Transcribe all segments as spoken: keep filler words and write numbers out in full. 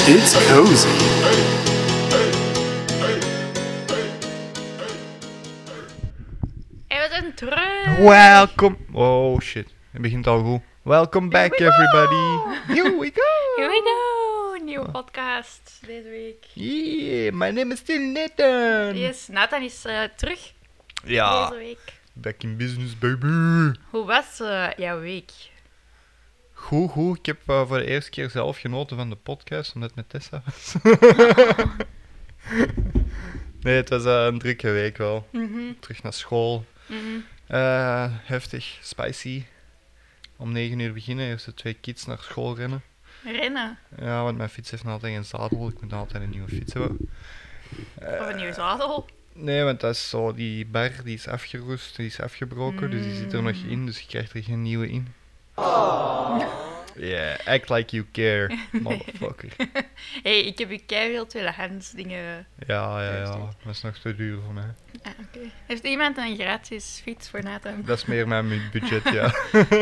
It's cozy. En we zijn terug. Welkom. Oh shit, het begint al goed. Welcome back everybody. Here we go. Here we go. Nieuwe podcast deze week. Yeah, my name is still Nathan. Yes, Nathan is uh, terug Ja, deze week. back in business baby. Hoe was uh, jouw week? Goed, goed. Ik heb uh, voor de eerste keer zelf genoten van de podcast, omdat het met Tessa was. Nee, het was uh, een drukke week wel. Mm-hmm. Terug naar school. Mm-hmm. Uh, heftig, spicy. Om negen uur beginnen, eerst de twee kids naar school rennen. Rennen. Ja, want mijn fiets heeft nog altijd geen zadel. Ik moet nog altijd een nieuwe fiets hebben. Uh, Of een nieuwe zadel. Nee, want dat is zo, die bar die is afgeroest, die is afgebroken, mm. dus die zit er nog in, dus je krijgt er geen nieuwe in. Oh. Yeah, act like you care, motherfucker. Hey, ik heb je keiveel tweedehands dingen. Ja, ja, ja, dat is nog te duur voor mij. Ah, oké. Okay. Heeft iemand een gratis fiets voor Nathan? Dat is meer mijn budget, ja.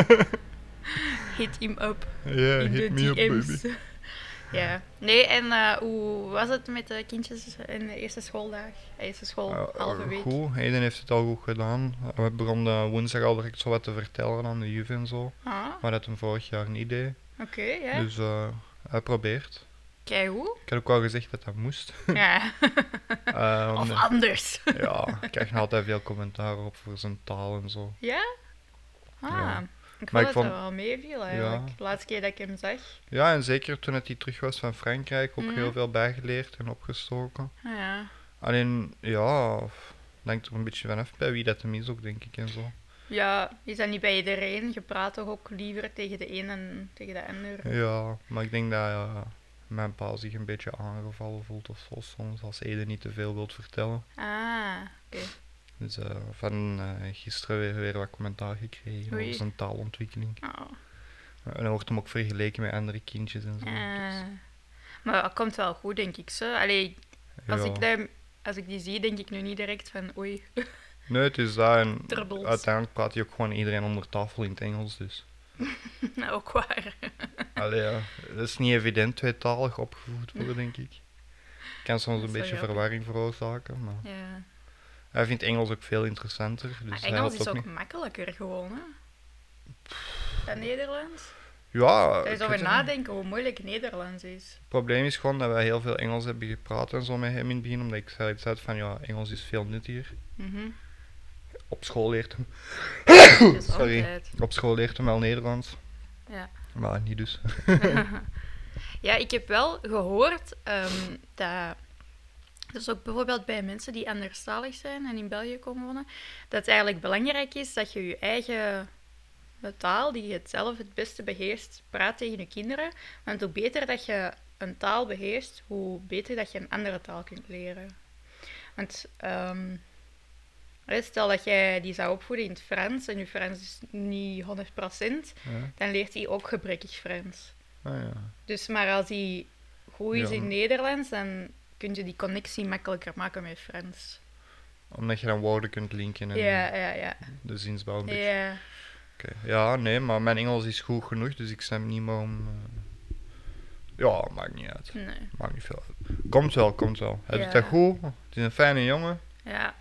Hit him up. Ja, yeah, hit me up, baby. Ja. Nee, en uh, hoe was het met de kindjes in de eerste schooldag? Eerste school, uh, halve week? Goed, Eden heeft het al goed gedaan. We begonnen woensdag al direct zo wat te vertellen aan de juf en zo. Ah. Maar dat hem vorig jaar niet deed. Oké, okay, ja. Dus uh, hij probeert. Kijk hoe? Ik had ook al gezegd dat dat moest. Ja. uh, of anders. Ja, ik krijg nog altijd veel commentaar op voor zijn taal en zo. Ja? Ah, ja. ik vond maar dat ik vond... er wel meeviel eigenlijk. Ja. De laatste keer dat ik hem zag. Ja, en zeker toen hij terug was van Frankrijk ook mm. heel veel bijgeleerd en opgestoken. Ah, ja. Alleen, ja, denk er een beetje vanaf bij wie dat hem is ook, denk ik, en zo. Ja, is dat niet bij iedereen? Je praat toch ook liever tegen de een en tegen de ander? Ja, maar ik denk dat ja, mijn pa zich een beetje aangevallen voelt of zo soms, als Ede niet te veel wilt vertellen. Ah, oké. Okay. Dus uh, van uh, gisteren weer, weer wat commentaar gekregen Oei. over zijn taalontwikkeling. Oh. Uh, en dan wordt hem ook vergeleken met andere kindjes en zo. Uh, dus. Maar dat komt wel goed, denk ik zo. Allee, als, ja. ik dat, als ik die zie, denk ik nu niet direct van oei. Nee, het is dat. En Troubles. uiteindelijk praat hij ook gewoon iedereen onder tafel in het Engels, dus. Nou, ook waar. Allee, ja. Dat is niet evident tweetalig opgevoed worden, denk ik. Kan soms een beetje grappig. verwarring veroorzaken, maar... Ja. Hij vindt Engels ook veel interessanter. Dus maar hij Engels is ook, ook niet. makkelijker gewoon, hè? Dan Nederlands. Ja, Daar is over nadenken hoe moeilijk Nederlands is. Het probleem is gewoon dat wij heel veel Engels hebben gepraat en zo met hem in het begin, omdat ik zei iets uit van, ja, Engels is veel nuttiger. Mm-hmm. Op school leert hem... Sorry. Altijd. Op school leert hem wel Nederlands. Ja. Maar niet dus. Ja, ik heb wel gehoord um, dat... Dus ook bijvoorbeeld bij mensen die anderstalig zijn en in België komen wonen, dat het eigenlijk belangrijk is dat je je eigen taal, die je het zelf het beste beheerst, praat tegen je kinderen. Want hoe beter dat je een taal beheerst, hoe beter dat je een andere taal kunt leren. Want um, stel dat jij die zou opvoeden in het Frans en je Frans is niet honderd procent, ja. Dan leert hij ook gebrekkig Frans. Ah, ja. Dus maar als hij goed is ja. in Nederlands, dan kun je die connectie makkelijker maken met Frans. Omdat je dan woorden kunt linken en ja, ja, ja. de zinsbouw een beetje. Ja. Okay. Ja, nee, maar mijn Engels is goed genoeg, dus ik snap niet meer om... Uh... Ja, maakt niet uit. Nee. Maakt niet veel uit. Komt wel, komt wel. Hij ja. doet dat goed. Het is een fijne jongen. Ja.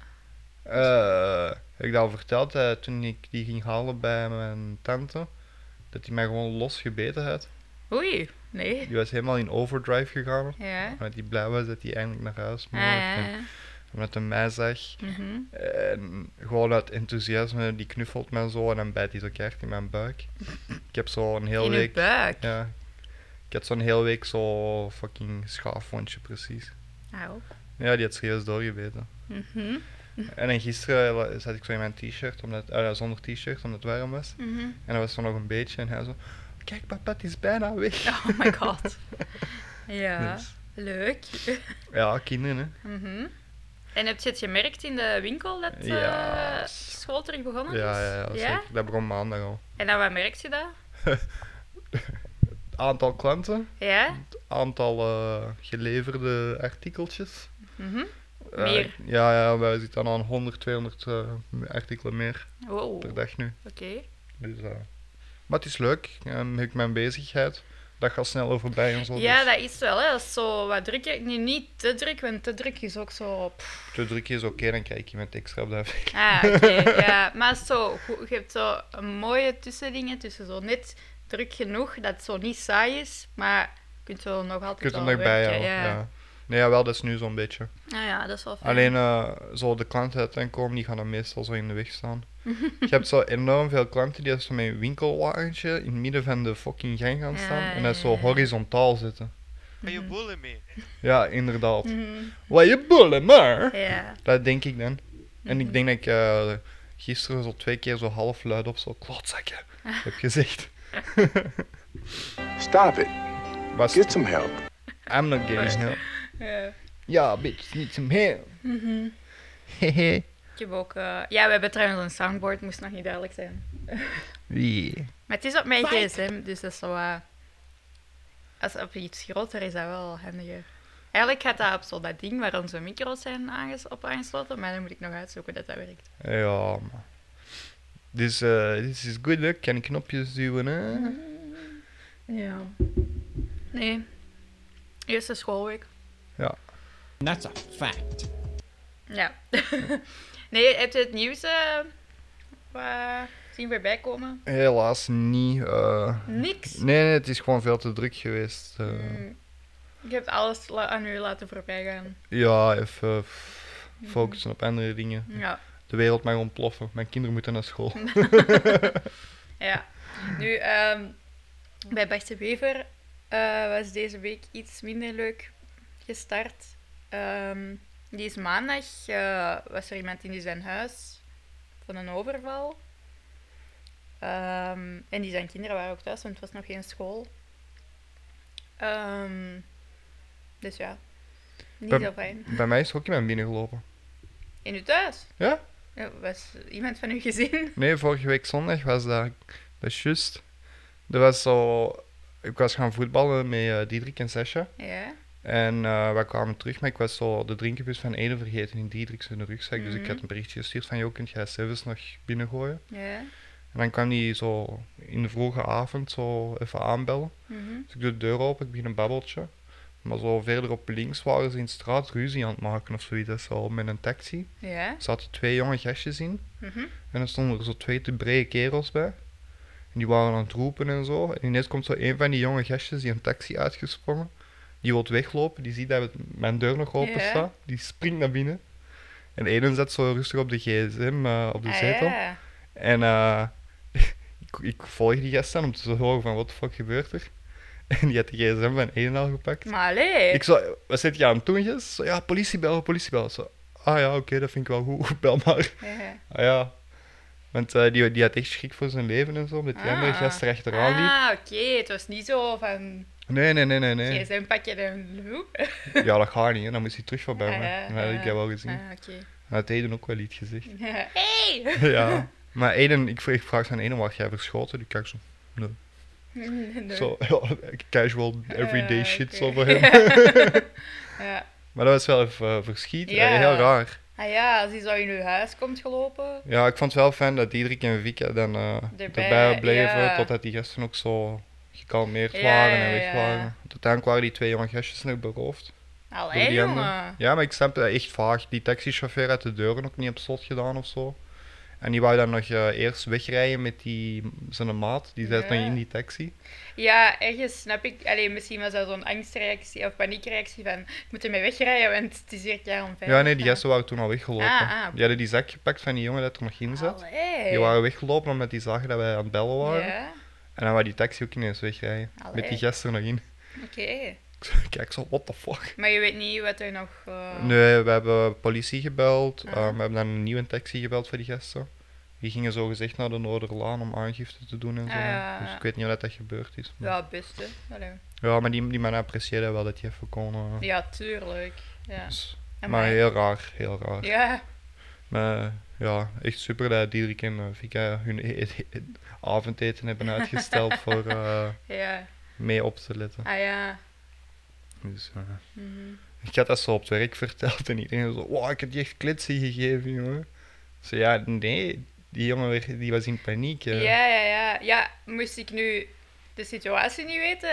Uh, heb ik dat al verteld, uh, toen ik die ging halen bij mijn tante, dat hij mij gewoon los gebeten had. Oei, nee. Die was helemaal in overdrive gegaan. Ja. Omdat hij blij was dat hij eindelijk naar huis mocht. Ah, ja, ja. En omdat hij mij zag. Mm-hmm. En gewoon uit enthousiasme, die knuffelt mij zo en dan bijt hij zo keihard in mijn buik. Ik heb zo een hele in week... In buik? Ja. Ik had zo'n hele week zo fucking schaafwondje precies. Auw. Ja, die had serieus doorgebeten. Mm-hmm. En dan gisteren zat ik zo in mijn t-shirt, omdat, uh, zonder t-shirt, omdat het warm was. Mm-hmm. En dat was zo nog een beetje en hij zo... Kijk papa, het is bijna weg. Oh my god. Ja, dus. Leuk. Ja, kinderen hè. Mm-hmm. En heb je het gemerkt in de winkel dat ja. uh, school terug begonnen is? Ja, ja, ja, ja? zeker. Dat begon maandag al. En dan wat merk je dat? Het aantal klanten. Ja? Het aantal uh, geleverde artikeltjes. Mm-hmm. Uh, meer? Ja, ja, wij zitten aan honderd, tweehonderd uh, artikelen meer wow. per dag nu. Oké. Okay. Dus, uh, maar het is leuk. Um, heb ik mijn bezigheid. Dat gaat sneller voorbij en zo. Ja, dus dat is wel, hè. Dat is zo wat druk. Nee, niet te druk, want te druk is ook zo... pff. te druk is oké, dan kijk je met extra op de afdeling. Ah, oké. Ja, maar zo, goed, je hebt zo een mooie tussendingen tussen zo net druk genoeg dat het zo niet saai is, maar je kunt zo nog Je altijd kunt er wel nog bij werken. houden. Ja. Ja. Nee, ja, wel, dat is nu zo'n beetje. Ah ja, dat is wel fijn. Alleen uh, zo de klanten die uiteindelijk komen, die gaan dan meestal zo in de weg staan. Je hebt zo enorm veel klanten die zo met een winkelwagentje in het midden van de fucking gang gaan staan Ja, en dat ja, zo ja. horizontaal zitten. Ga je boelen mee? Ja, inderdaad. Mhm. Wat je bullen, maar. Ja. Dat denk ik dan. En Mhm. ik denk dat ik uh, gisteren zo twee keer zo half luid op zo klootzakken heb gezegd. Stop it. Was Get some help. I'm not getting help. Ja. Ja, bitch, need some help. Mhm. Hehe. Ik heb ook... eh, Ja, we hebben trouwens een soundboard, moest nog niet duidelijk zijn. Yeah. Maar het is op mijn gsm, dus dat is zo... eh, als het op iets groter is, dat wel handiger. Eigenlijk gaat dat op zo dat ding waar onze micro's zijn aanges- op aangesloten, maar dan moet ik nog uitzoeken dat dat werkt. Ja, man. Dus, eh, dit is good, hè? Kan ik knopjes duwen, hè? Ja. Nee. Eerste schoolweek. That's a fact. Ja. Nee, heb je het nieuws eh wat zien voorbij komen? Helaas niet. eh. Niks. Nee, nee, het is gewoon veel te druk geweest. eh. Mm. Je hebt alles la- aan u laten voorbij gaan. Ja, even f- focussen op andere dingen. Ja. De wereld mag ontploffen. Mijn kinderen moeten naar school. Ja. Nu, ehm, bij Bart de Wever eh, was deze week iets minder leuk gestart. Ehm, die is maandag, eh, was er iemand in zijn huis van een overval. Ehm, en die zijn kinderen waren ook thuis, want het was nog geen school. Ehm, dus ja, niet Bij- zo fijn. Bij mij is er ook iemand binnengelopen. In uw thuis? Ja? Ja, was iemand van uw gezin? Nee, vorige week zondag was dat. Dat is juist. Er was zo... Ik was gaan voetballen met uh, Diederik en Sasha. Ja. En uh, we kwamen terug, maar ik was zo de drinkenbus van Ede vergeten in Diederik zijn rugzak. Dus ik Mhm. had een berichtje gestuurd van, joh, kunt jij service nog binnengooien? Ja. En dan kwam hij zo in de vroege avond zo even aanbellen. Mhm. Dus ik doe de deur open, ik begin een babbeltje. Maar zo verder op links waren ze in de straat ruzie aan het maken of zoiets. Dat is zo met een taxi. Ja. Er zaten twee jonge gastjes in. Mhm. En er stonden er zo twee te brede kerels bij. En die waren aan het roepen en zo. En ineens komt zo een van die jonge gastjes die een taxi uitgesprongen. Die wil weglopen, die ziet dat het- mijn deur nog open Ja. staat. Die springt naar binnen. En ene zet zo rustig op de gsm, eh, op de Ah, zetel. ja. En eh, ik, ik volg die gast dan om te horen van wat de fuck gebeurt er. En die had de gsm van één al gepakt. Maar allee. Ik zo, wat zit je aan het doen, gast? Zo, ja, politie bellen, politie bellen. Zo, ah ja, oké, dat vind ik wel goed, bel maar. Ja. Ah ja. Want eh, die, die had echt schrik voor zijn leven en zo, omdat die andere Ah. gast erachteraan liep. Ah, oké. Het was niet zo van... Nee, nee, nee, nee, nee. gsm pakje en... Ja, dat gaat niet, hè. Dan moest hij terug voorbij Ah, mij. ja, En dat had ik ah, dat wel gezien. Ah, oké. En had Eden ook wel iets gezegd. Hey! Ja. Maar Eden, ik, ik vraag aan Eden, was jij verschoten? Die kijkt zo, nee. Nee. Zo, ja, casual, everyday Ah, shit oké. zo voor hem. Ja. Maar dat was wel even uh, verschiet. Ja. Eh, heel raar. Ah ja, als hij zo in uw huis komt gelopen. Ja, ik vond het wel fijn dat Diederik en Vika dan uh, Erbij, erbij bleven, ja. totdat die gasten ook zo gekalmeerd Ja, waren ja, en weg ja. waren. Uiteindelijk waren die twee jonge gastjes nog beroofd. door Allee, die anderen. jongen. Ja, maar ik snap dat echt vaag. Die taxichauffeur had de deuren ook niet op slot gedaan of zo. En die wou dan nog uh, eerst wegrijden met die, zijn maat, die zat Ja. nog in die taxi. Ja, ergens snap ik... Allee, misschien was dat zo'n angstreactie of paniekreactie van... Ik moet ermee wegrijden, want het is hier keihard onveilig. Ja, nee, die gasten waren toen al weggelopen. Ah, ah. Die hadden die zak gepakt van die jongen dat er nog in zat. Allee. Die waren weggelopen omdat die zagen dat wij aan het bellen waren. Ja, En dan wou die taxi ook ineens wegrijden. Allee. Met die gasten er nog in. oké. Kijk zo, what the fuck. Maar je weet niet wat er nog... eh, Nee, we hebben politie gebeld. Ah. Uh, we hebben dan een nieuwe taxi gebeld voor die gasten. Die gingen zo gezegd naar de Noorderlaan om aangifte te doen en zo. Ah, ja, Dus ja. ik weet niet of dat gebeurd is. Maar... Ja, best, hè. Allee. Ja, maar die, die man apprecieerde wel dat hij even kon. uh, Ja, tuurlijk. Ja. dus- En maar mij- heel raar, heel raar. Ja. Maar ja, echt super dat Diederik en uh, Vika hun e- e- e- avondeten hebben uitgesteld voor uh, Ja. mee op te letten. Ah ja. Dus, uh, Mhm. ik had dat zo op het werk verteld en iedereen zo, wow, ik heb die echt klitsie gegeven, jongen. Zo ja, nee, die jongen werd- die was in paniek. hè. Ja, ja, ja. Ja, moest ik nu de situatie niet weten,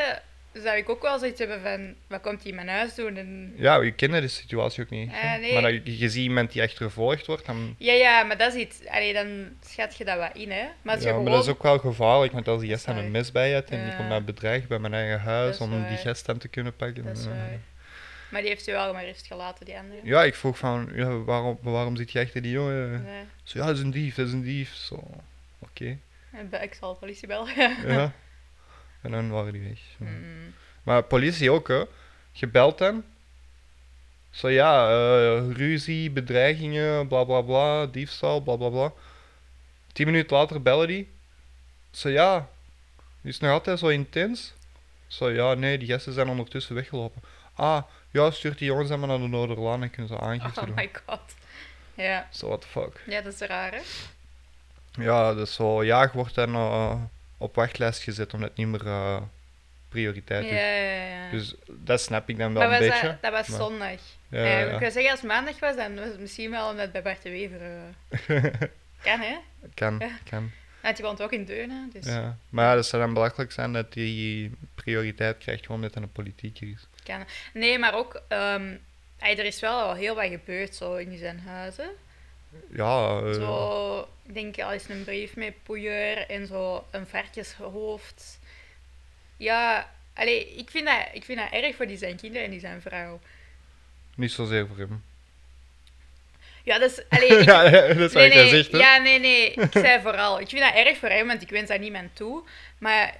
zou ik ook wel zoiets hebben van, wat komt hij in mijn huis doen? En... Ja, je kent de situatie ook niet. Eh, hè. nee. Maar dat je, je ziet iemand die achtervolgd wordt, dan... Ja, ja, maar dat is iets... Allee, dan schat je dat wat in, hè. Maar als je Ja, gewoon... maar dat is ook wel gevaarlijk, want als die Dat is gast aan een waar. mes bij had en die Ja. komt mij bedreigd bij mijn eigen huis Dat is om die waar. gast aan te kunnen pakken. Dat is dan, eh, waar. Maar die heeft u wel maar rust gelaten, die andere. Ja, ik vroeg van, ja, waarom, waarom zit je achter die jongen? Nee. Zo, ja, dat is een dief, dat is een dief. Zo, oké. En be- Ik zal de politie bellen. Ja. En dan waren die weg. Zo. Mm. Maar politie ook, hè. Je belt hem. Zo ja, eh, ruzie, bedreigingen, bla bla bla, diefstal, bla bla bla. Tien minuten later bellen die. Zo ja, die is nog altijd zo intens. Zo ja, nee, die gasten zijn ondertussen weggelopen. Ah, ja, stuurt die jongens dan maar naar de Noorderlaan en kunnen ze aangifte Oh doen. my god. Ja. Zo, what the fuck. Ja, dat is raar, hè. Ja, dus zo, ja, je wordt dan eh, op wachtlijst gezet omdat het niet meer eh, prioriteit Ja, is. ja, ja. Dus dat snap ik dan wel maar een was beetje. dat, dat was maar- zondag. Ja, Ja, ja, ik wil zeggen, als het maandag was, dan was het misschien wel omdat het bij Bart de Wever... eh, kan, hè? kan, Ja. kan. Want die woont ook in Deunen, dus Ja. Maar ja, dat zou dan belachelijk zijn dat die prioriteit krijgt gewoon omdat hij een politieker is. kan. Nee, maar ook... ehm, ey, er is wel al heel wat gebeurd zo in zijn huizen. Ja, eh, Zo, ik denk al eens een brief met poeier en zo een varkenshoofd. Ja, allee, ik vind, dat, ik vind dat erg voor die zijn kinderen en die zijn vrouw. niet zozeer voor hem. Ja, dat is... Allee, ik, ja, dat is wat nee, jij nee, zegt, hè? ja, nee, nee. Ik zei vooral. Ik vind dat erg voor hem, want ik wens dat niemand toe. Maar...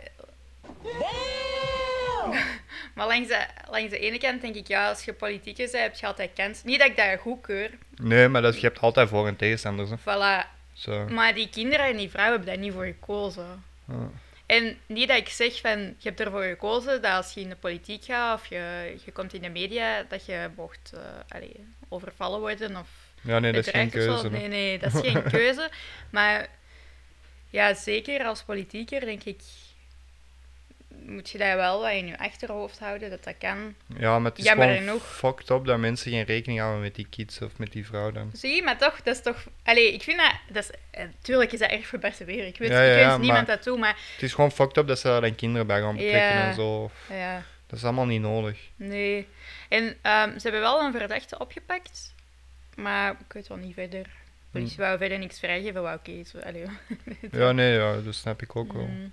maar langs de, langs de ene kant denk ik, ja, als je politieker bent, heb je altijd kans. Niet dat ik dat goedkeur. Nee, maar dat, je hebt altijd voor- en tegenstanders. Hè. Voilà. Zo. Maar die kinderen en die vrouwen hebben daar niet voor gekozen. Ja. En niet dat ik zeg van, je hebt ervoor gekozen dat als je in de politiek gaat of je, je komt in de media, dat je mocht uh, allee, overvallen worden of Ja, nee, dat is geen bedreigd of zo. keuze. hè. Nee, nee, dat is geen keuze. Maar ja, zeker als politieker denk ik, moet je dat wel wat in je achterhoofd houden, dat dat kan. Ja, maar het is Jammer gewoon genoeg. fucked up dat mensen geen rekening houden met die kids of met die vrouw dan. Zie je, maar toch, dat is toch... Allee, ik vind dat... dat is, eh, tuurlijk is dat erg voor Bart de Wever. Ik, weet, Ja, ja, ik wens ja, niemand maar- dat toe, maar... Het is gewoon fucked up dat ze daar dan kinderen bij gaan betrekken Ja. en zo. Ja, Dat is allemaal niet nodig. nee. En ehm, ze hebben wel een verdachte opgepakt, maar ik weet wel niet verder. De politie Hm. wou verder niks vrijgeven, wou oké. zo, allee. Ja, nee, ja, dat snap ik ook wel. Mm.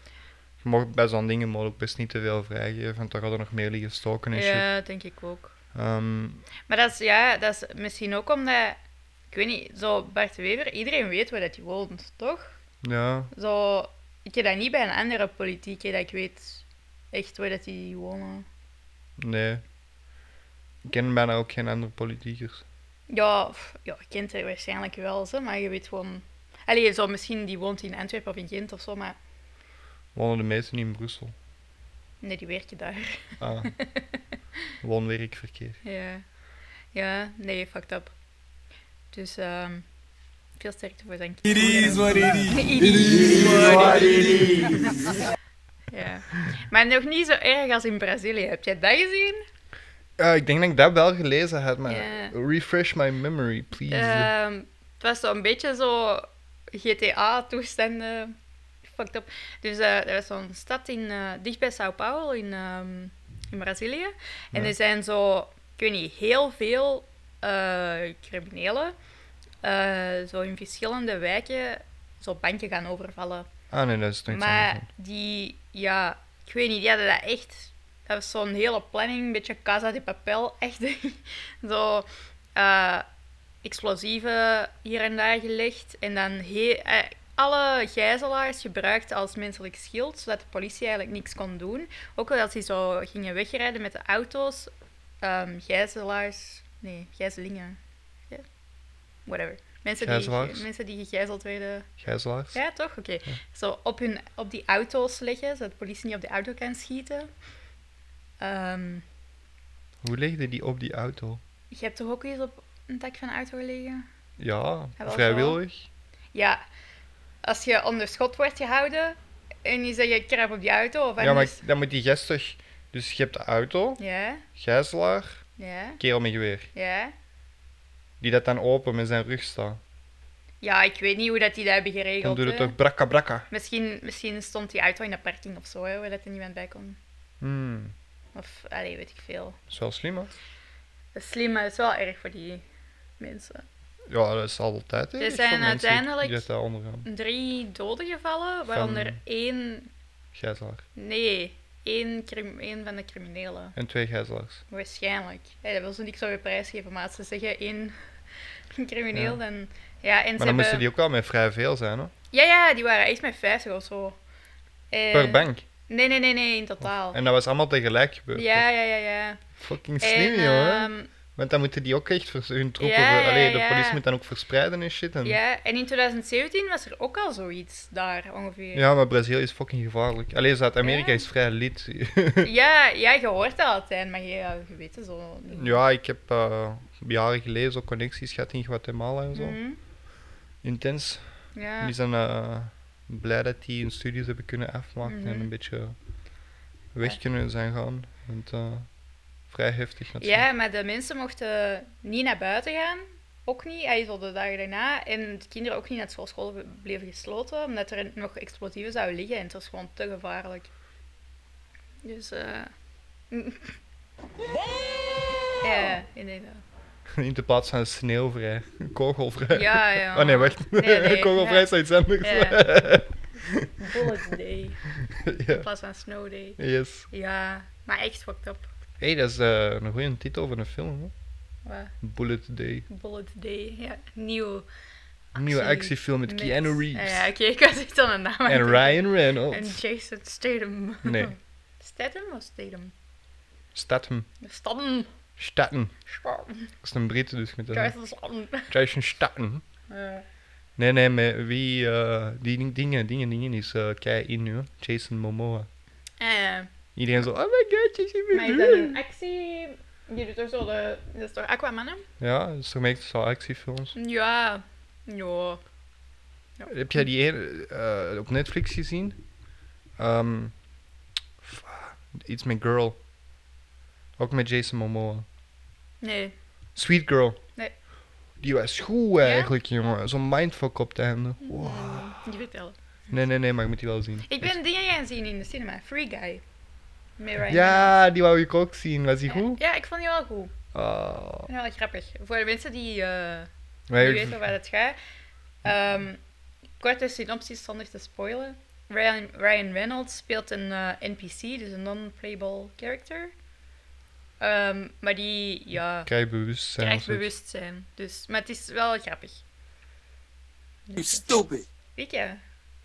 Je mag bij zo'n dingen mag ook best niet te veel vrijgeven, want dan gaat er nog meer liggen stoken en shit. Ja, denk ik ook. Ehm, Maar dat is, ja, dat is misschien ook omdat... Ik weet niet, zo Bart de Wever, iedereen weet waar dat hij woont, toch? ja, Zo, ik heb dat niet bij een andere politieker dat ik weet echt waar dat die wonen. nee. Ik ken bijna ook geen andere politiekers. Ja, pff, ja, je kent hij waarschijnlijk wel, zo, maar je weet gewoon... Allee, zo, misschien die woont in Antwerpen of in Gent of zo, maar Wonen de meesten niet in Brussel? nee, die werkt je daar. Ah. Woon-werkverkeer. Ja. Ja, nee, fucked up. Dus, ehm veel sterkte voor zijn It is what it is. It is what it is. Ja. Maar nog niet zo erg als in Brazilië. Heb jij dat gezien? Ja, ik denk dat ik dat wel gelezen had, maar Ja. refresh my memory, please. Ehm, het was zo'n beetje zo G T A-toestanden. Fucked up. Dus eh, er was zo'n stad in, eh, dicht bij Sao Paulo in, ehm, in Brazilië. En Ja. er zijn zo, ik weet niet, heel veel eh, criminelen. eh, zo in verschillende wijken zo banken gaan overvallen. Ah nee, dat is toch iets Maar anders. die, ja, ik weet niet, die hadden dat echt... Dat was zo'n hele planning, een beetje Casa de Papel, echt. Zo eh, explosieven hier en daar gelegd. En dan he- eh, alle gijzelaars gebruikt als menselijk schild, zodat de politie eigenlijk niks kon doen. Ook als die zo gingen wegrijden met de auto's. ehm gijzelaars... Nee, gijzelingen. Ja, whatever. Mensen die, Gijzelaars? mensen die gegijzeld werden... Gijzelaars? Ja, toch? Oké. Zo op, hun, op die auto's leggen, zodat de politie niet op de auto kan schieten. Ehm, Hoe legde die op die auto? je hebt toch ook eens op een dak van een auto gelegen? Ja, Ja, wel vrijwillig. Ja. Als je onder schot wordt gehouden en je zegt, je krap op die auto of Ja, maar anders... dan moet die gast toch... Dus je hebt de auto, Ja, gijzelaar, ja, kerel met geweer. ja. Die dat dan open met zijn rug staat. Ja, ik weet niet hoe dat die dat hebben Dan geregeld. doe je hè. toch brakka brakka. Misschien, misschien stond die auto in de parking of zo, hè, waar dat er niemand bij kon. Hmm. Of, allee, weet ik veel. Dat is wel slim, hè? Dat is slim, maar het is wel erg voor die mensen. Ja, dat is altijd. hè, Er voor zijn mensen uiteindelijk- die dat daar ondergaan. Drie doden gevallen, waaronder Van- één... Gijzelaar. Nee, één, crim- één van de criminelen. En twee gijzelaars. Waarschijnlijk. Hey, dat wil ze niks over prijsgeven, maar als ze zeggen één crimineel, Ja. dan... Ja, en ze Maar dan hebben... moesten die ook wel met vrij veel zijn, hè? Ja, ja, die waren echt met vijftig of zo. En- Per bank. Nee, nee, nee, nee, in totaal. En dat was allemaal tegelijk gebeurd. Ja, ja, ja, ja. Fucking En, slim, joh. ehm, Want dan moeten die ook echt vers- hun troepen... Ja, ver- ja, Allee, de ja. politie moet dan ook verspreiden en shit. En... ja, en in twintig zeventien was er ook al zoiets daar, ongeveer. Ja, maar Brazilië is fucking gevaarlijk. Alleen Zuid-Amerika Ja. is vrij lid. Ja, ja, je hoort dat altijd, maar je, ja, je weet het zo niet. Ja, ik heb eh, jaren geleden zo connecties gehad in Guatemala en zo. Mhm. Intens. Ja. Die zijn eh, blij dat die hun studies hebben kunnen afmaken en Mhm. een beetje weg kunnen zijn gaan. Want, eh, vrij heftig natuurlijk. Ja, maar de mensen mochten niet naar buiten gaan. Ook niet, hij zo de dagen daarna. En de kinderen ook niet naar school. School bleven gesloten, omdat er nog explosieven zouden liggen. En het was gewoon te gevaarlijk. Dus, eh... ja, inderdaad. In de plaats van sneeuwvrij. Kogelvrij. Ja, ja. Oh nee, wacht. Nee, nee, Kogelvrij ja. is iets anders. Ja. Bullet Day. In Ja. plaats van Snow Day. Yes. Ja, maar echt fucked up. Hé, hey, dat is eh, een goede titel van een film. Hè? Wat? Bullet Day. Bullet Day, ja. Nieuw. Een nieuwe actie- actiefilm met Keanu Ah, Reeves. ja, oké, ik was echt aan een naam. aan En het Ryan En Reynolds. Jason Statham. Nee. Statham of Statham? Statham. Statham. Statham. Statham. Dat is een Brit, dus met de Jason Statham. Jason Statham. Ja. Nee, nee, met wie eh, die ding- dingen, dingen, dingen is eh kei in nu. hè. Jason Momoa. Eh, Iedereen zo, oh my god, Jason maar is dat een Momoa. actie? Je doet toch zo de... Dat is toch Aquaman, hè? Ja, dat is toch meestal actiefilms. Ja. Ja. Heb jij die ene eh, op Netflix gezien? Ehm, f- iets met Girl. Ook met Jason Momoa. Nee. Sweet Girl. Nee. Die was goed eigenlijk, jongen. Zo'n mindfuck op het einde. Wow. Mm, niet vertellen. Nee, nee, nee, maar je moet die wel zien. Ik ben dingen gaan zien in de cinema. Free Guy. Met Ryan Reynolds. Ja, die wou ik ook zien. Was die Ja. goed? Ja, ik vond die wel goed. Ah. Ik vond die wel grappig. Voor de mensen die eh Maar niet ik- weten waar het gaat. Ehm, korte synopsis zonder te spoilen. Ryan, Ryan Reynolds speelt een eh, N P C, dus een non-playable character. Ehm, maar die, ja, krijg bewustzijn. krijgt of zoiets. bewustzijn. Dus, maar het is wel grappig. You Dus, eh, stupid. ik ja.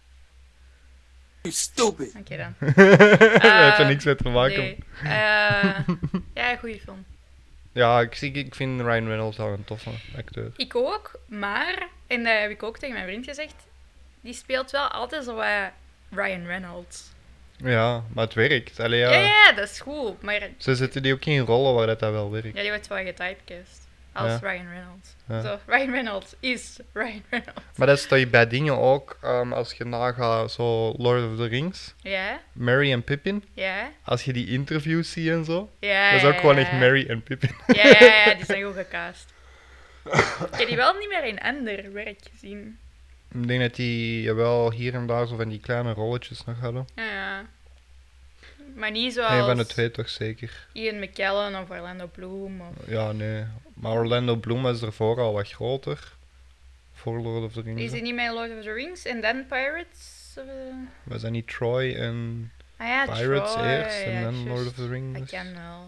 You stupid. Oké dan. Daar heeft er Eh, niks mee te maken. Nee. Eh, ja, goede film. Ja, ik, zie, ik vind Ryan Reynolds wel een toffe acteur. Ik ook, maar, en dat heb ik ook tegen mijn vriend gezegd, die speelt wel altijd zo wat Ryan Reynolds. Ja, maar het werkt. Allee, ja. Ja, ja, dat is goed, maar ja, Ze zetten die ook in rollen waar dat, dat wel werkt. die wordt wel getypecast als Ja. Ryan Reynolds. Ja. Zo, Ryan Reynolds is Ryan Reynolds. Maar dat is toch bij dingen ook, ehm, als je nagaat, zo Lord of the Rings, Ja, Merry en Pippin, ja, als je die interviews ziet en zo, ja. dat is ook ja, gewoon ja. echt Merry en Pippin. Ja, ja, ja, die zijn goed gecast. Ik heb die wel niet meer in ander werk gezien. Ik denk dat die wel hier en daar zo van die kleine rolletjes nog hadden. Ja, ja. Maar niet zoals Een van de twee toch zeker. Ian McKellen of Orlando Bloom. Of... Ja, nee. Maar Orlando Bloom was ervoor al wat groter. Voor Lord of the Rings. Is hij niet met Lord of the Rings en dan Pirates? Of, eh? Was dat niet Troy en Ah ja, Pirates Troy, eerst en ja, dan juist. Lord of the Rings? Dat kan wel.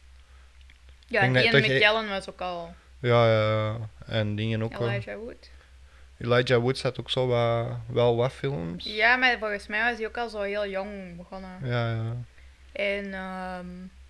Ja, denk en dat Ian toch je- McKellen was ook al Ja, ja, ja. En dingen ook wel. Elijah Wood. Elijah Wood had ook zo wat, wel wat films. Ja, maar volgens mij was hij ook al zo heel jong begonnen. Ja, ja. En ehm,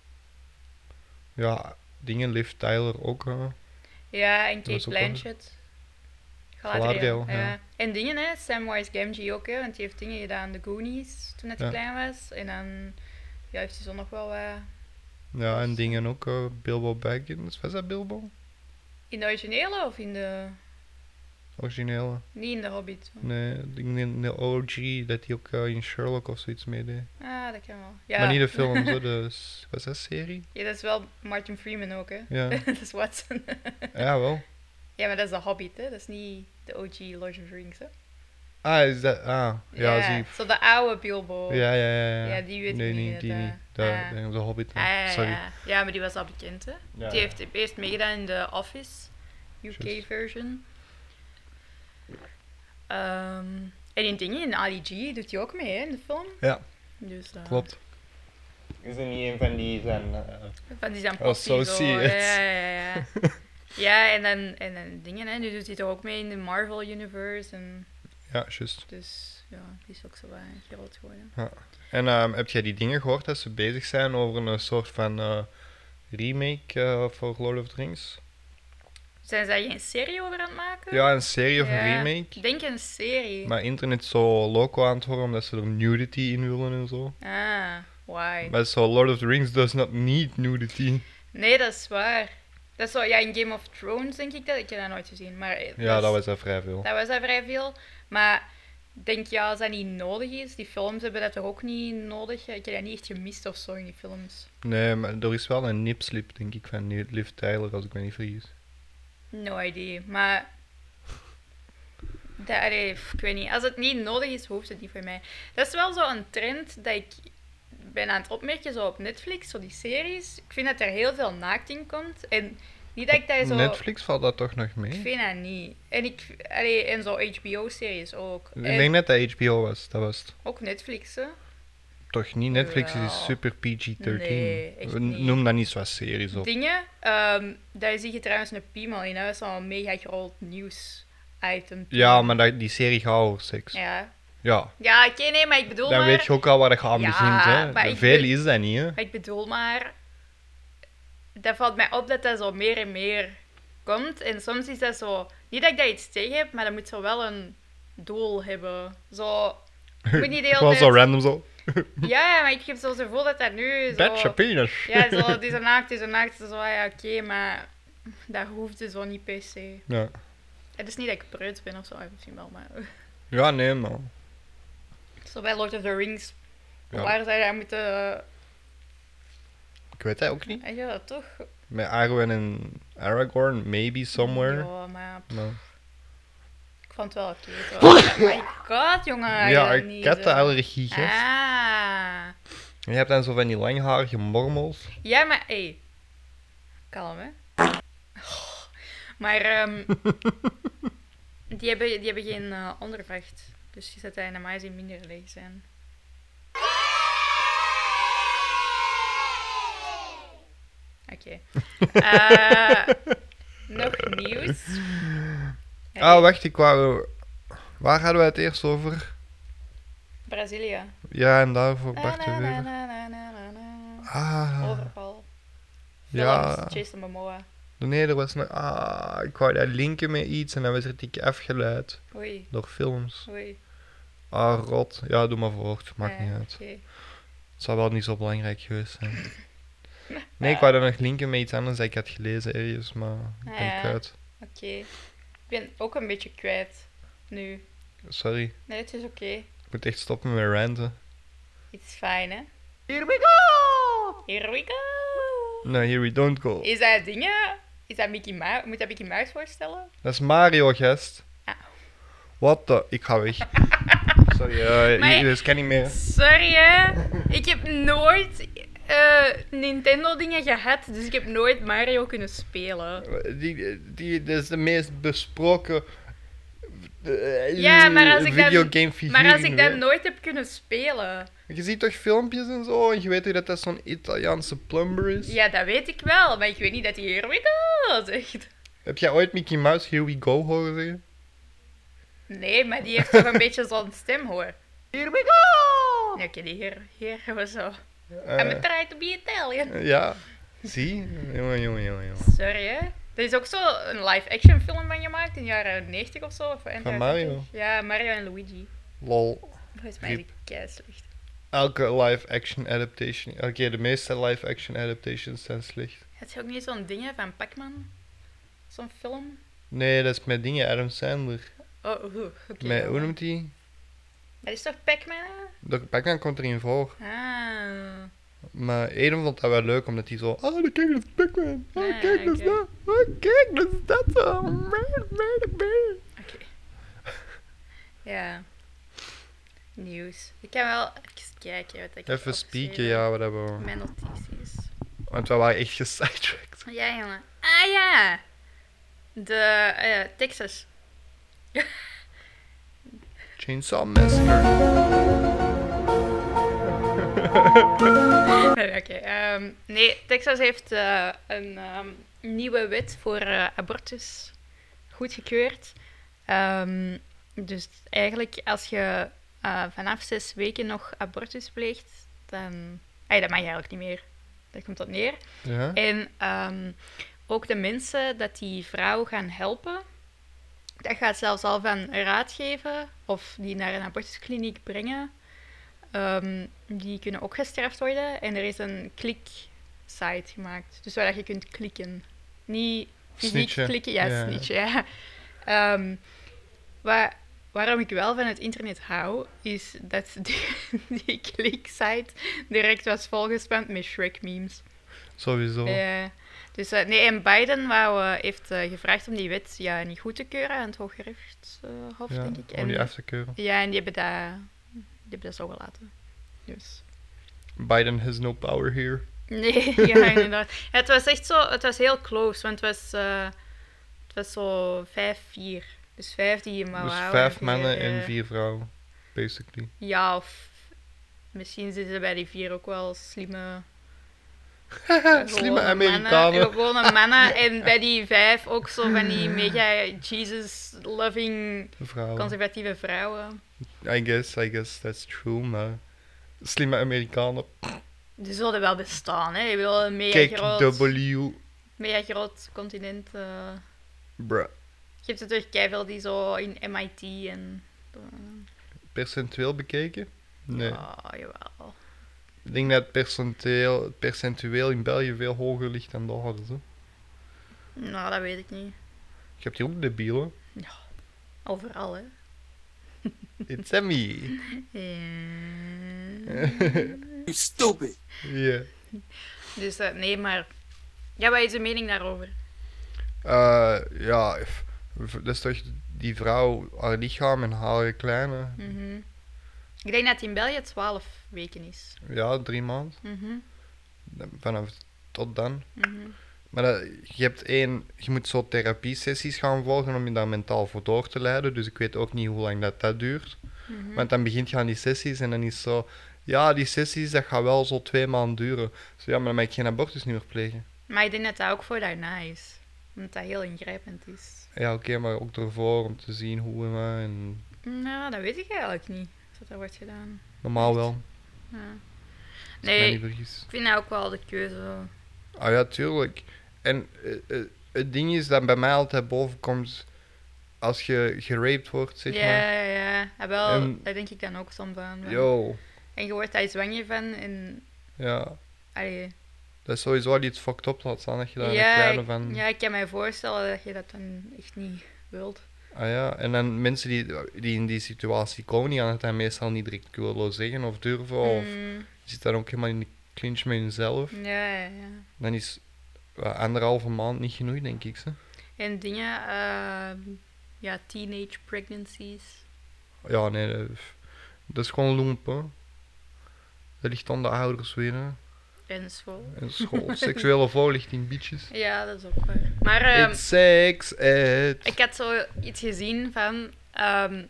Ja, dingen, Liv Tyler ook. hè. ja, en was Kate ook wel- Blanchett. Galadriel, Galadriel, ja. En dingen, hè, Samwise Gamgee ook, hè, want die heeft dingen gedaan, The Goonies, toen hij Ja. klein was. En dan ja, heeft hij zo nog wel wat... Ja, en dingen ook. eh, Bilbo Baggins. Was dat Bilbo? In de originele of in de... Originele. Niet in de Hobbit. Nee, ik denk in de O G dat hij ook eh, in Sherlock of zoiets meedeed. Ah, dat kan wel. Ja. Maar niet de film, zo de... s- Was dat serie? Ja, dat is wel Martin Freeman ook, hè. Ja. dat is Watson. Ja, wel. Ja, maar dat is de Hobbit, hè. Dat is niet de O G Lord of the Rings, hè. Ah, is dat... Ah, ja, zie. Zo de oude Bilbo. Ja, ja, ja, ja. Ja, die weet ik nee, niet niet. wie Die dat, niet. eh, De, ah. de, de Hobbit. Ah, ja, Sorry. ja. Ja, maar die was al bekend, hè. Ja, die ja. heeft eerst meegedaan in de Office U K Juist. version. Ehm, en in dingen, in Ali G doet hij ook mee, hè, in de film. Ja, Dus, eh, klopt. Is er niet een van die zijn... uh, Van die zijn Oh, poppy, so zo. serious. Ja, ja, ja. ja. Ja, en dan, en dan dingen, hè. Nu doet hij toch ook mee in de Marvel Universe. En Ja, juist. dus ja, die is ook zo wat groot geworden. En um, heb jij die dingen gehoord dat ze bezig zijn over een soort van uh, remake uh, voor Lord of the Rings? Zijn zij geen serie over aan het maken? Ja, een serie of een Ja, remake. Ik denk een serie. Maar internet zo loco aan het worden omdat ze er nudity in willen en zo. Ah, why? Maar zo Lord of the Rings does not need nudity. Nee, dat is waar. Dat is zo, ja, in Game of Thrones denk ik dat. Ik heb dat nooit gezien. Maar eh, Ja, is- dat was er vrij veel. dat was dat vrij veel. Maar ik denk, ja, als dat niet nodig is, die films hebben dat toch ook niet nodig. Ik heb dat niet echt gemist of zo in die films. Nee, maar er is wel een nipslip, denk ik, van Liv Tyler, als ik me niet vergis. No idea. Maar. Dat, allee, pff, ik weet niet. Als het niet nodig is, hoeft het niet voor mij. Dat is wel zo'n trend dat ik ben aan het opmerken zo op Netflix, zo die series. Ik vind dat er heel veel naakt in komt. En niet dat ik dat zo. Netflix valt dat toch nog Ik mee? vind dat niet. En, ik, allee, en zo H B O-series ook. Ik En denk net dat H B O was, dat was het. ook Netflix, hè? Toch niet? Netflix Jawel. is super P G dertien. Nee, echt We- niet. Noem dat niet zoals series op. Dingen, ehm, daar zie je trouwens een piemel in. Dat was zo'n mega groot nieuws-item. Ja, maar dat, die serie gaat over seks. Ja, Ja. ja oké, nee, maar ik bedoel Dan maar... weet je ook al waar dat aan Ja, begint, hè. maar ik Veel be- is dat niet, hè. Maar ik bedoel maar... Dat valt mij op dat dat zo meer en meer komt. En soms is dat zo... Niet dat ik daar iets tegen heb, maar dat moet zo wel een doel hebben. Zo... Ik moet niet de hele Gewoon zo tijd- random zo. Ja, maar ik heb zo het gevoel dat dat nu zo... That's your penis. Ja, zo, die zijn naakt, die zijn naakt. Zo, ja, oké, maar dat hoeft dus zo niet per se. Ja. Het is niet dat ik preuts ben of zo, misschien wel, maar... Ja, nee, man. Zo bij Lord of the Rings, Ja. waar zou je daar moeten... Ik weet dat ook niet. Ja, dat toch? Met Arwen en Aragorn, maybe somewhere. Ja, maar pff, Maar... ik vond het wel oké. Okay, my god, jongen. Ja, je ik niet, had de eh. allergie, gast. Ah. En je hebt dan zo van die langharige mormels. Ja, maar hé. Hey. Kalm, hè. Maar ehm, die, hebben, die hebben geen eh, ondervacht. Dus je zet dat normaal gezien minder leeg zijn. Oké. Eh, nog nieuws? Ah, wacht, ik wou... Waar hadden we het eerst over? Brazilië. Ja, en daarvoor Bart de Na, na, Wever. na, na, na, na, na. Ah, Overval. ja. Films, Jason Momoa. Nee, er was nog... Ah, ik wou dat linken met iets en dan was er tik afgeleid. Oei, Door films. oei. Ah, rot. Ja, doe maar voort. Maakt Ja, niet uit. oké. Het zou wel niet zo belangrijk geweest zijn. Nee, ik wou dat nog linken met iets anders dat ik had gelezen ergens, maar ben Ah, ik ja. kwijt. Oké. Ik ben ook een beetje kwijt. Nu. Sorry. Nee, het is oké. Ik moet echt stoppen met ranten. It's fine, hè. Here we go! Here we go! No, here we don't go. Is dat dingen? Is dat Mickey Mouse? Moet dat Mickey Mouse voorstellen? Dat is Mario, gast. Ah. Wat de... Ik ga weg. Sorry, eh Maar- hier, dus kan niet meer. Sorry, hè. Ik heb nooit eh, Nintendo-dingen gehad, dus ik heb nooit Mario kunnen spelen. Die, die, dat is de meest besproken eh, Ja, maar als ik dan- videogame figuur Maar als in ik de dat wereld. nooit heb kunnen spelen... Je ziet toch filmpjes en zo, en je weet toch dat dat zo'n Italiaanse plumber is? Ja, dat weet ik wel, maar ik weet niet dat hij Here we go zegt. Heb jij ooit Mickey Mouse Here We Go horen zeggen? Nee, maar die heeft toch een beetje zo'n stem, hoor. Here we go! Ja, oké, die hier, hier was zo. Eh, I'm try to be Italian. ja, zie? Jongen, jongen, jongen, jongen. Sorry, hè. Er is ook zo een live-action film van gemaakt in de jaren negentig of zo. Of eind Van jaren Mario? tachtig. Ja, Mario en Luigi. Lol. Volgens mij is die kei slecht. Elke live-action adaptation... Oké, de meeste live-action adaptations zijn slecht. Had je ook niet zo'n ding hè, van Pac-Man? Zo'n film? Nee, dat is met dingen, Adam Sandler. Oh, oeh, oké. Met, hoe dan. noemt hij? Dat is toch Pac-Man? hè? De Pac-Man komt erin voor. Ah. Maar Eden vond dat wel leuk, omdat hij zo... Ah, kijk, dat is Pac-Man. Ah, Ah, kijk, dat is oké. dat. Ah, kijk, dat is dat zo. Oké. Ja. nieuws. Ik kan wel even kijken wat ik heb Even spieken, opgeschreven. ja, wat hebben we. Mijn notities. Want we waren echt gesidetracked. Ja, jongen. Ah ja! De eh, Texas. Chainsaw Massacre. Nee, Oké. ehm, nee, Texas heeft eh, een ehm, nieuwe wet voor eh, abortus goedgekeurd. Ehm, dus eigenlijk, als je eh, vanaf zes weken nog abortus pleegt, dan... Ah, dat mag je eigenlijk niet meer. Dat komt op neer. Ja? En ehm, ook de mensen dat die vrouw gaan helpen, dat gaat zelfs al van raad geven of die naar een abortuskliniek brengen. Ehm, die kunnen ook gestraft worden. En er is een klik-site gemaakt. Dus waar je kunt klikken. Niet fysiek Snitchen. klikken. Ja, Ja. snitchen, ja. Ehm, waar, waarom ik wel van het internet hou, is dat die, die klik-site direct was volgespamd met Shrek-memes. Sowieso. Ja. Dus eh, nee, en Biden wou, eh, heeft eh, gevraagd om die wet ja, niet goed te keuren aan het Hooggerechtshof, Ja, denk ik. om die En, af te keuren. ja, en die hebben dat, die hebben dat zo gelaten. Dus... Biden has no power here. Nee, ja, inderdaad. Ja, het was echt zo, het was heel close, want het was, eh, het was zo vijf vier. Dus vijf die hem Dus wouden vijf vier, mannen eh, en vier vrouwen. Basically. Ja, of misschien zitten bij die vier ook wel slimme... gewone Slimme mannen, Amerikanen. gewone mannen. En bij die vijf ook zo van die mega Jesus-loving Vrouwen. conservatieve vrouwen. I guess, I guess that's true, maar... Slimme Amerikanen. Die zullen wel bestaan, hè. Ik bedoel, een mega Kijk, groot, W. mega groot continent. eh. Bruh. Je hebt er toch keiveel die zo in M I T en... eh, Percentueel bekeken? Nee. Ja, jawel. Ik denk dat het percentueel, het percentueel in België veel hoger ligt dan daar. Zo. Nou, dat weet ik niet. Je hebt hier ook debielen. Overal, hè. It's me. Ja. You stupid. Ja. Dus eh, nee, maar... Ja, wat is je mening daarover? Eh, ja, f- f- dat is toch die vrouw, haar lichaam en haar kleine. Mhm. Ik denk dat het in België twaalf weken is. Ja, drie maanden. Mhm, Vanaf tot dan. mhm. Maar dat, je hebt één, je moet zo therapiesessies gaan volgen om je daar mentaal voor door te leiden. Dus ik weet ook niet hoe lang dat, dat duurt. Mhm. Want dan begint je aan die sessies en dan is het zo... Ja, die sessies, dat gaat wel zo twee maanden duren. Zo, ja, maar dan mag ik geen abortus niet meer plegen. Maar ik denk dat dat ook voor daarna is. Omdat dat heel ingrijpend is. Ja, oké, maar ook ervoor om te zien hoe en wat. En Nou, dat weet ik eigenlijk niet. Of dat wordt gedaan. normaal wel, Ja. als ik mij niet Nee, vergis. ik vind dat ook wel de keuze. Ah ja, tuurlijk. En eh, eh, het ding is dat bij mij altijd boven komt als je geraped wordt, zeg Ja, maar. ja, ja. Ja, wel, En- dat denk ik dan ook soms aan. van. Yo, En je wordt daar zwanger van en... ja. Allee, Dat is sowieso al iets fucked up laat staan dat je daar ja, een kleine ik, van... ja, ik kan mij voorstellen dat je dat dan echt niet wilt. Ah ja, en dan mensen die, die in die situatie komen, die gaan het dan meestal niet direct willen zeggen of durven. Of Mm, je zit dan ook helemaal in de clinch met jezelf. ja, ja, ja. Dan is uh, anderhalve maand niet genoeg, denk ik. Hè? En dingen, ehm, ja, teenage pregnancies. Ja, nee, dat, dat is gewoon loempen. Dat ligt aan de ouders weer. Hè. En school. En school. Seksuele voorlichting, bitches. Ja, dat is ook waar. Maar ehm, It's sex ed. ik had zo iets gezien van ehm,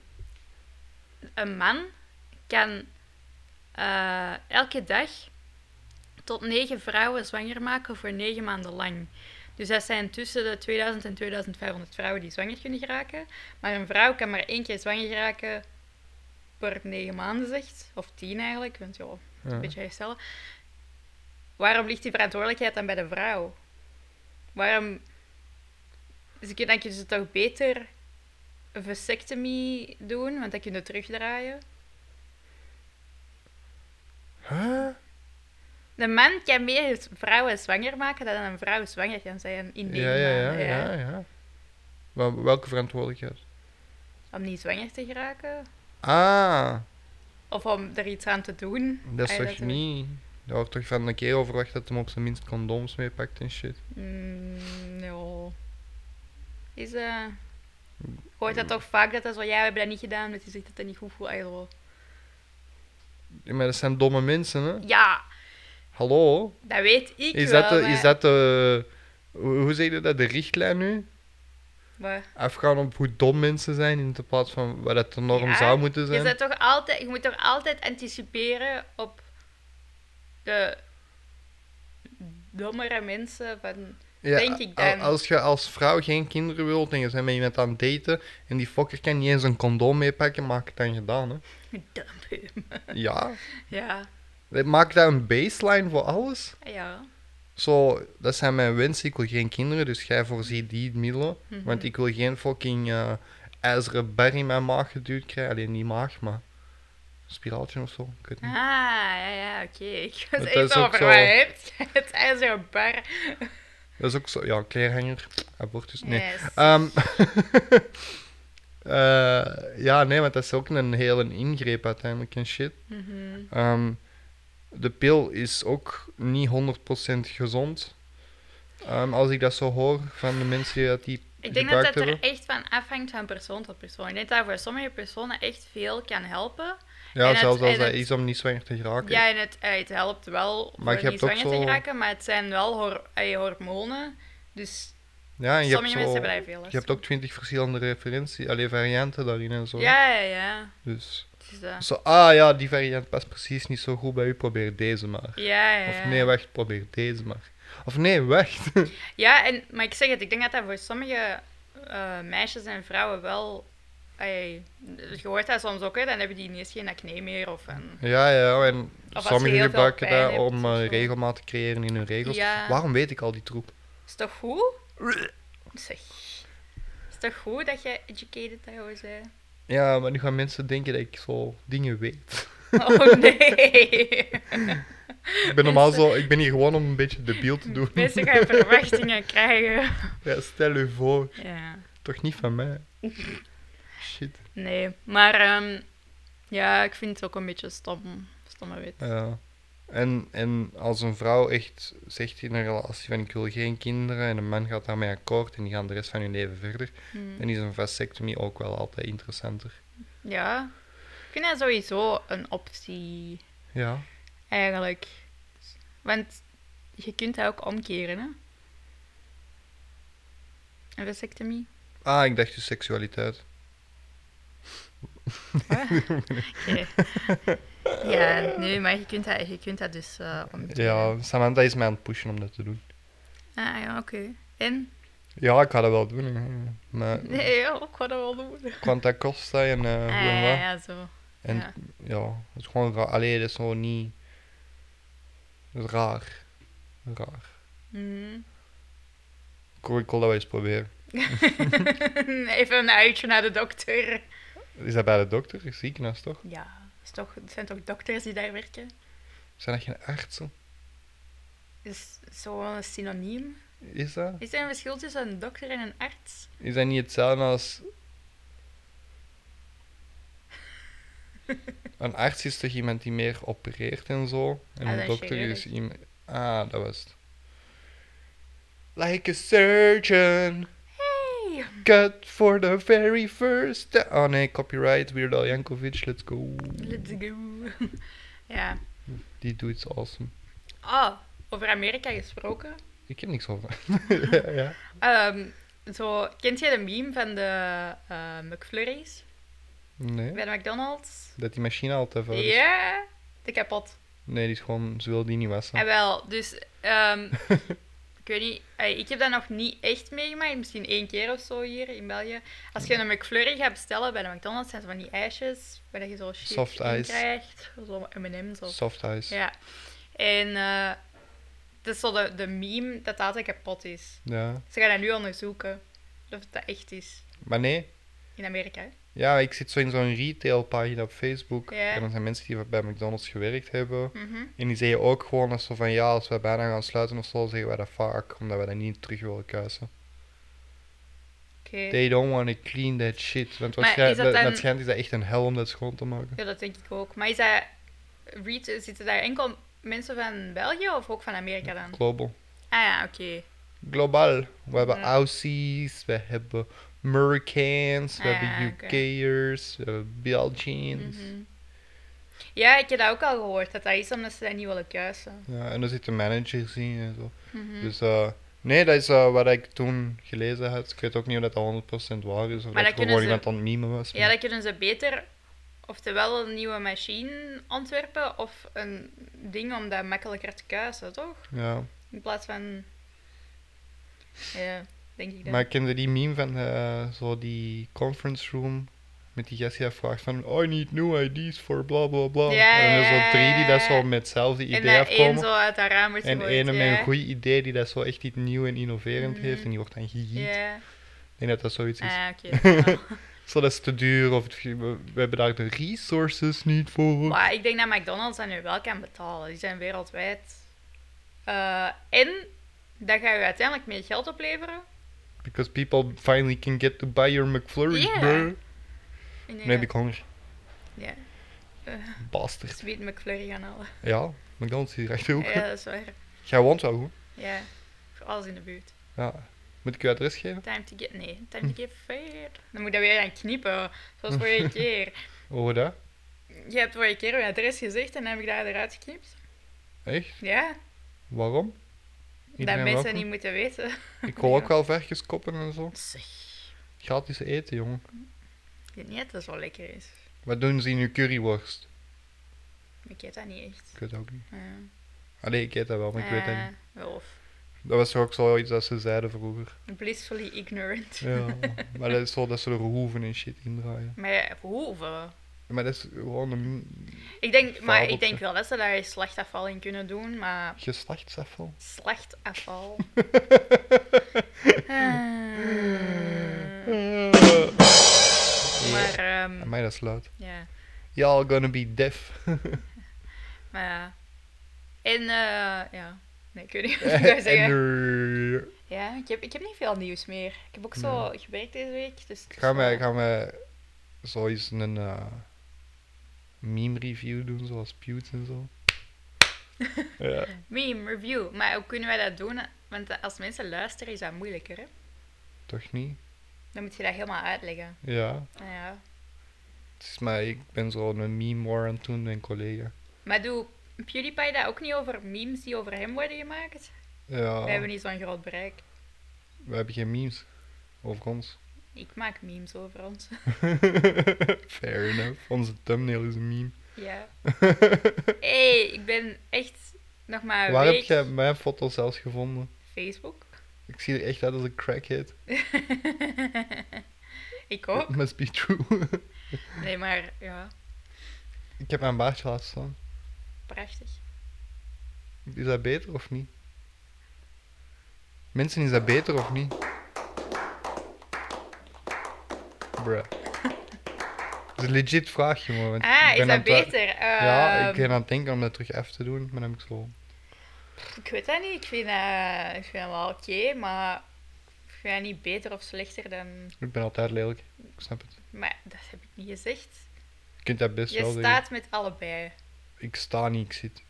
een man kan eh, elke dag tot negen vrouwen zwanger maken voor negen maanden lang. Dus dat zijn tussen de tweeduizend en tweeduizendvijfhonderd vrouwen die zwanger kunnen geraken. Maar een vrouw kan maar één keer zwanger geraken per negen maanden, zegt. Of tien eigenlijk, want ja, Ja. een beetje herstellen. Waarom ligt die verantwoordelijkheid dan bij de vrouw? Waarom... Dus ik denk dat je toch beter een vasectomie doen, want dat kun je terugdraaien. Huh? De man kan meer vrouwen zwanger maken dan een vrouw zwanger kan zijn in negen Ja, ja, ja, maanden. ja, ja. Maar welke verantwoordelijkheid? Om niet zwanger te geraken. Ah, Of om er iets aan te doen. dat is Ah, toch niet... Daar wordt toch van een kerel verwacht dat hij op zijn minst condooms meepakt en shit. Mm, ja. Is dat... Je hoort dat toch vaak dat dat zo... Ja, we hebben dat niet gedaan, omdat je zegt dat dat niet goed voelt. Ah, zo. Ja, maar dat zijn domme mensen, hè? Ja, Hallo? dat weet ik Is wel. dat de, maar- is dat de... Hoe hoe zeg je dat? De richtlijn nu? maar- Afgaan op hoe dom mensen zijn in plaats van wat het de norm Ja, zou moeten Je, zijn? bent toch altijd, je moet toch altijd anticiperen op de dommere mensen van... Ja, denk ik al- dan. Als je als vrouw geen kinderen wilt en je bent met iemand aan het daten en die fokker kan niet eens een condoom meepakken, maak het dan gedaan, hè? Dom. Ja. Ja, Maak dat een baseline voor alles. ja. Zo, dat zijn mijn wensen. Ik wil geen kinderen, dus jij voorziet die middelen. Mhm. Want ik wil geen fucking eh, ijzeren bar in mijn maag geduwd krijgen. Alleen niet maag, maar een spiraaltje of zo. Ik weet Ah, niet. ja, ja, oké. Ik was Dat echt is ook over zo. wat je hebt. Het ijzeren bar. Dat is ook zo, ja, kleerhanger, abortus. Nee. Yes. Ehm, eh, ja, nee, want dat is ook een hele ingreep uiteindelijk en shit. Mhm. Ehm, de pil is ook niet honderd procent gezond. Ehm, als ik dat zo hoor van de mensen die dat die Ik denk dat gebruikt dat er hebben. echt van afhangt van persoon tot persoon. Ik denk dat dat voor sommige personen echt veel kan helpen. Ja, en het- zelfs als en dat het- is om niet zwanger te geraken. Ja, en het, eh, het helpt wel Maar je voor hebt niet ook zwanger te zo- geraken, maar het zijn wel hor eh, hormonen. Dus Ja, en je hebt, sommige mensen zo, hebben daar veel last je hebt ook twintig verschillende referentie, alleen varianten daarin en zo. van. Ja, ja, ja. Dus, Dus, eh, zo, ah ja, die variant past precies niet zo goed bij u, probeer deze maar. ja, ja. Of nee, wacht, probeer deze maar. Of nee, wacht. Ja, en, maar ik zeg het, ik denk dat dat voor sommige eh, meisjes en vrouwen wel... Ey, je hoort dat soms ook, hè, dan hebben die ineens geen acne meer. Of een... Ja, ja, en als je sommigen heel veel gebruiken pijn dat hebt om of eh, zo. regelmaat te creëren in hun regels. Ja. Waarom weet ik al die troep? Is toch goed? Zeg. Is toch goed dat je educated daarover bent? Ja, maar nu gaan mensen denken dat ik zo dingen weet. Oh nee. Ik ben normaal zo, ik ben hier gewoon om een beetje debiel te doen. Mensen gaan verwachtingen krijgen. Ja, stel u voor. Ja. Toch niet van mij. Shit. Nee, maar ehm, ja, ik vind het ook een beetje stom. Stomme wet. Ja. En, en als een vrouw echt zegt in een relatie van ik wil geen kinderen en een man gaat daarmee akkoord en die gaan de rest van hun leven verder, Hmm. dan is een vasectomie ook wel altijd interessanter. Ja, ik vind dat sowieso een optie, Ja. eigenlijk. Want je kunt dat ook omkeren, hè? Een vasectomie. Ah, ik dacht dus seksualiteit. Oké. Ja, nee, maar je kunt dat, je kunt dat dus eh omkeren. Ja, Samantha is mij aan het pushen om dat te doen. Ah ja, oké. En? Ja, ik ga dat wel doen. Hè. Maar Nee, ja, ik ga dat wel doen. quanta costa en eh, hoe Ah, en ja, wat. ja, zo. En ja. ja, het is gewoon raar. Allee, dat is zo niet... Dat is raar. Raar. Mhm. Ik wil, ik wil dat wel eens proberen. Even een uitje naar de dokter. Is dat bij de dokter? Ziekenhuis toch? Ja, is toch, het zijn toch dokters die daar werken? Zijn dat geen artsen? Is zo een synoniem? Is dat? Is er een verschil tussen een dokter en een arts? Is dat niet hetzelfde als... Een arts is toch iemand die meer opereert en zo? En Ah, een dat is dokter is chirurg. iemand... Ah, dat was het. Like a surgeon, Hey! cut for the very first... ti- Oh nee, copyright, Weird Al Yankovic, let's go. Let's go. Ja. Die doet iets awesome. Oh, over Amerika gesproken. Ik heb niks over. ja, ja. Ehm, zo, kent je de meme van de eh McFlurries Nee, bij de McDonald's? dat die machine altijd vuil is. Ja, te kapot. Nee, die is gewoon... Ze wil die niet wassen. En wel, dus ehm, ik weet niet, eh, ik heb dat nog niet echt meegemaakt, misschien één keer of zo hier in België. Als je een McFlurry gaat bestellen bij de McDonald's, zijn ze van die ijsjes waar je zo shit Soft in ice. krijgt. Zo M en M's of... Soft ice. Ja. En eh dat is zo de, de meme dat dat altijd kapot is. Ja. Ze gaan dat nu onderzoeken of dat echt is. Maar nee, In Amerika, hè? ja, ik zit zo in zo'n retailpagina op Facebook. Ja. En dan zijn mensen die bij McDonald's gewerkt hebben. Mhm. En die zeggen ook gewoon als zo van ja, als we bijna gaan sluiten of zo, zeggen wij dat vaak, omdat we dat niet terug willen kuisen. Oké. They don't want to clean that shit. Want Maar waarschijnlijk, is dat dat dan- dat schijnt is dat echt een hel om dat schoon te maken. Ja, dat denk ik ook. Maar is dat... Reed, zitten daar enkel mensen van België of ook van Amerika dan? Global. Ah ja, oké. Globaal. We hebben Ja. Aussies, we hebben Americans, we Ah, hebben oké. U K'ers, we hebben Belgians. Mhm. Ja, ik heb dat ook al gehoord, dat dat is omdat ze dat niet willen kuisen. Ja, en er zitten managers in en zo. Mhm. Dus eh, nee, dat is eh, wat ik toen gelezen had. Ik weet ook niet of dat honderd procent waar is of Maar dat dat kunnen gewoon ze- iemand aan het memen was. Ja, maar- dan kunnen ze beter oftewel een nieuwe machine ontwerpen of een ding om dat makkelijker te kuisen, toch? ja. In plaats van... Ja, denk ik dat. Maar ik kende die meme van eh, zo die conference room met die gast die dat vraagt van I need new I Ds for bla bla bla. Ja, en dan ja, zo drie die dat ja. zo met hetzelfde En idee dat één afkomen. zo uit haar raam wordt En gegooid, ene met ja. een goed idee die dat zo echt iets nieuw en innoverend Mhm. heeft en die wordt dan gegiet. Ja. Ik denk dat dat zoiets is. Ah, oké. Ja. Zo, dat is te duur of het- we, we hebben daar de resources niet voor. Maar ik denk dat McDonald's dat nu wel kan betalen. Die zijn wereldwijd. Eh, en dat gaat je uiteindelijk meer geld opleveren. Because people finally can get to buy your McFlurries, Ja. bro. Ik denk Nu heb dat- ik honger. Ja, Bastard. Sweet McFlurry gaan halen. Ja, McDonald's is hier echt ook. Ja, dat is waar. Jij woont wel goed. Ja, voor alles in de buurt. Ja. Moet ik je adres geven? Time to get... Nee, time to get fair. Dan moet je dat weer gaan knippen. Zoals vorige keer. Oh, dat? Je hebt vorige keer je adres gezegd en dan heb ik daar eruit geknipt. Echt? Ja, Waarom? dat Iedereen mensen welkom? niet moeten weten. Ik wil ook wel verkjes koppen en zo. Zeg, Gratis eten, jongen. ik weet niet dat dat zo lekker is. Wat doen ze in uw curryworst? Ik weet dat niet echt. Ik weet het ook niet. Ja. Allee, ik eet dat wel, maar ik weet dat Eh, niet. wel, of Dat was ook zoiets dat ze zeiden vroeger. blissfully ignorant. Ja, maar dat is zo dat ze er hoeven en shit in draaien. Maar ja, hoeveel? Maar dat is gewoon een Ik denk, maar ik Fabeltje. denk wel dat ze daar slachtafval in kunnen doen, maar geslachtsafval. slachtafval. Uh, Maar, ehm, Amai, dat is luid. ja, Y'all gonna be deaf. maar ja. En, eh, ja. Nee, ik weet niet wat ik wou en zeggen. er- Ja, ik heb, ik heb niet veel nieuws meer. Ik heb ook zo gewerkt deze week, dus... het is Gaan we, wel- gaan we zo eens een eh, meme review doen, zoals Pewds en zo? Ja. Meme review. Maar hoe kunnen wij dat doen? Want als mensen luisteren is dat moeilijker, hè? Toch niet? Dan moet je dat helemaal uitleggen. Ja. Nou ja. Het is maar, ik ben zo een meme war aan het doen met een collega. Maar doe PewDiePie dat ook niet over memes die over hem worden gemaakt? Ja, Wij hebben niet zo'n groot bereik. we hebben geen memes over ons. Ik maak memes over ons. Fair enough. Onze thumbnail is een meme. Ja. hey, ik ben echt nog maar een Waar week... heb jij mijn foto zelfs gevonden? Facebook. Ik zie er echt uit als een crackhead. Ik ook. It must be true. Nee, maar ja, Ik heb mijn baardje laten staan. prachtig. Is dat beter of niet? Mensen, is dat beter of niet? Bruh. Dat is een legit vraag, jongen. want Ah, ik is ben dat aan het- beter? Ja, ik Ehm, ben aan het denken om dat terug af te doen, maar dan heb ik zo... Ik weet dat niet. Ik vind dat, ik vind dat wel oké, maar ik vind dat niet beter of slechter dan... Ik ben altijd lelijk. Ik snap het. Maar dat heb ik niet gezegd. Je kunt dat best wel Je zeggen. staat met allebei. Ik sta niet, ik zit.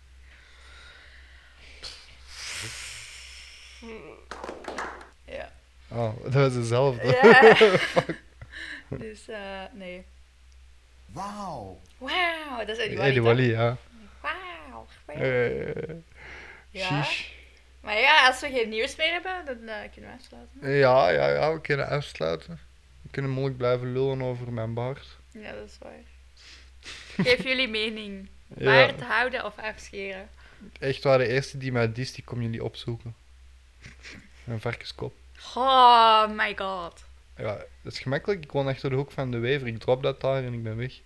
Ja. Oh, dat was dezelfde. Ja. Dus, eh, nee. Wow. Wauw, dat is Eddie Eddie toch? Wally, ja. Wauw. wauw. Eh, Ja. sheesh. Maar ja, als we geen nieuws meer hebben, dan eh, kunnen we afsluiten. Ja, ja, ja, we kunnen afsluiten. We kunnen moeilijk blijven lullen over mijn baard. Ja, dat is waar. Geef jullie mening. Ja. Baard houden of afscheren? Echt waar, de eerste die mij dist, die kom jullie opzoeken. Een varkenskop. Oh my god. Ja, dat is gemakkelijk. Ik woon achter de hoek van de Wever. Ik drop dat daar en ik ben weg.